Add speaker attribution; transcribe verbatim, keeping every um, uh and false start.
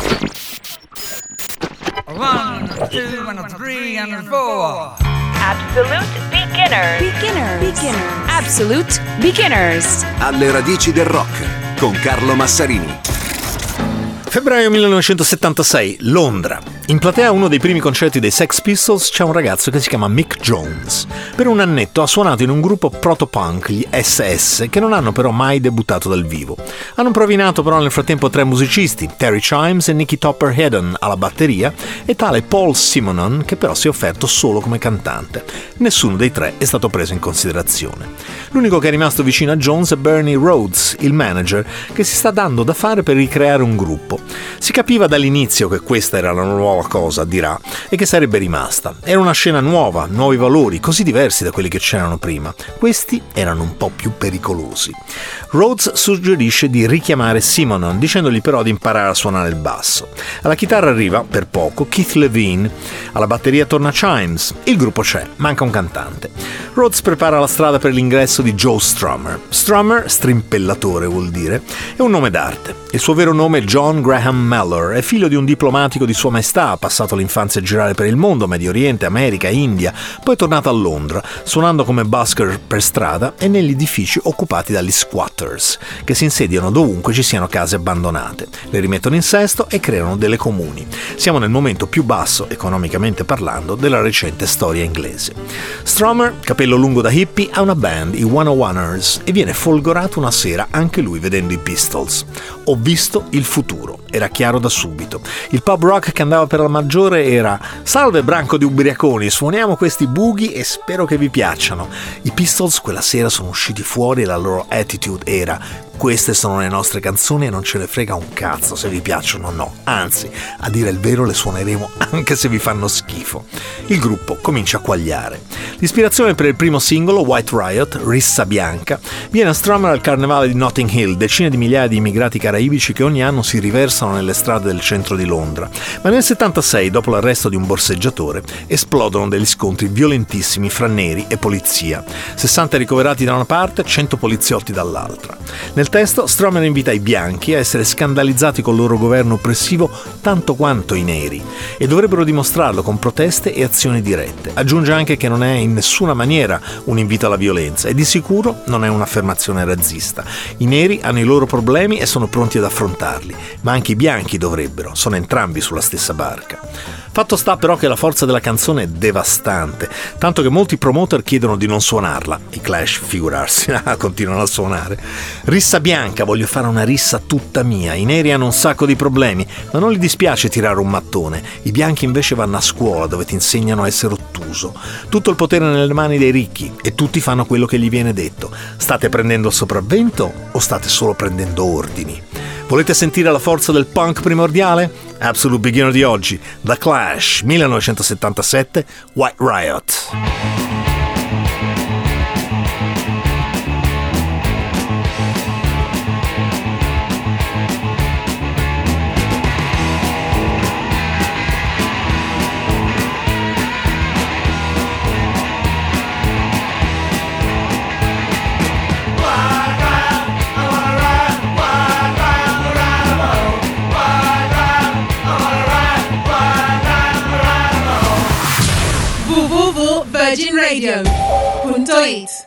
Speaker 1: One, two, and three, and four.
Speaker 2: Absolute beginners.
Speaker 3: Beginners. Beginners. Absolute beginners.
Speaker 4: Alle radici del rock con Carlo Massarini.
Speaker 5: Febbraio millenovecentosettantasei, Londra. In platea uno dei primi concerti dei Sex Pistols c'è un ragazzo che si chiama Mick Jones. Per un annetto ha suonato in un gruppo proto-punk, gli S S, che non hanno però mai debuttato dal vivo. Hanno provinato però nel frattempo tre musicisti, Terry Chimes e Nicky Topper-Hedden alla batteria e tale Paul Simonon, che però si è offerto solo come cantante. Nessuno dei tre è stato preso in considerazione. L'unico che è rimasto vicino a Jones è Bernie Rhodes, il manager, che si sta dando da fare per ricreare un gruppo. Si capiva dall'inizio che questa era la nuova cosa, dirà, e che sarebbe rimasta. Era una scena nuova, nuovi valori, così diversi da quelli che c'erano prima. Questi erano un po' più pericolosi. Rhodes suggerisce di richiamare Simonon, dicendogli però di imparare a suonare il basso. Alla chitarra arriva, per poco, Keith Levine, alla batteria torna Chimes. Il gruppo c'è, manca un cantante. Rhodes prepara la strada per l'ingresso di Joe Strummer. Strummer, strimpellatore vuol dire, è un nome d'arte. Il suo vero nome è John Graham Mellor, è figlio di un diplomatico di Sua Maestà, ha passato l'infanzia a girare per il mondo, Medio Oriente, America, India, poi è tornato a Londra, suonando come busker per strada e negli edifici occupati dagli squatters, che si insediano dovunque ci siano case abbandonate, le rimettono in sesto e creano delle comuni. Siamo nel momento più basso, economicamente parlando, della recente storia inglese. Strummer, capello lungo da hippie, ha una band, i one oh oneers, e viene folgorato una sera anche lui vedendo i Pistols. Ho visto il futuro, era chiaro da subito. Il pub rock che andava per la maggiore era «Salve branco di ubriaconi, suoniamo questi boogie e spero che vi piacciono». I Pistols quella sera sono usciti fuori e la loro attitude era «Queste sono le nostre canzoni e non ce ne frega un cazzo se vi piacciono o no, anzi, a dire il vero le suoneremo anche se vi fanno schifo». Il gruppo comincia a quagliare. L'ispirazione per il primo singolo, White Riot, Rissa Bianca, viene a Strummer al carnevale di Notting Hill, decine di migliaia di immigrati caraibici che ogni anno si riversano nelle strade del centro di Londra. Ma nel settantasei, dopo l'arresto di un borseggiatore, esplodono degli scontri violentissimi fra neri e polizia. sessanta ricoverati da una parte, cento poliziotti dall'altra. Nel testo, Strummer invita i bianchi a essere scandalizzati col loro governo oppressivo tanto quanto i neri, e dovrebbero dimostrarlo con proteste e azioni dirette. Aggiunge anche che non è in nessuna maniera un invito alla violenza e di sicuro non è un'affermazione razzista. I neri hanno i loro problemi e sono pronti ad affrontarli, ma anche i bianchi dovrebbero, sono entrambi sulla stessa barca. Fatto sta però che la forza della canzone è devastante, tanto che molti promoter chiedono di non suonarla. I Clash, figurarsi, continuano a suonare. Rissa Bianca, voglio fare una rissa tutta mia. I neri hanno un sacco di problemi, ma non gli dispiace tirare un mattone. I bianchi invece vanno a scuola, dove ti insegnano a essere ottuso. Tutto il potere nelle mani dei ricchi e tutti fanno quello che gli viene detto. State prendendo il sopravvento o state solo prendendo ordini? Volete sentire la forza del punk primordiale? Absolute Beginner di oggi, The Clash, millenovecentosettantasette, White Riot.
Speaker 6: virgin radio punto it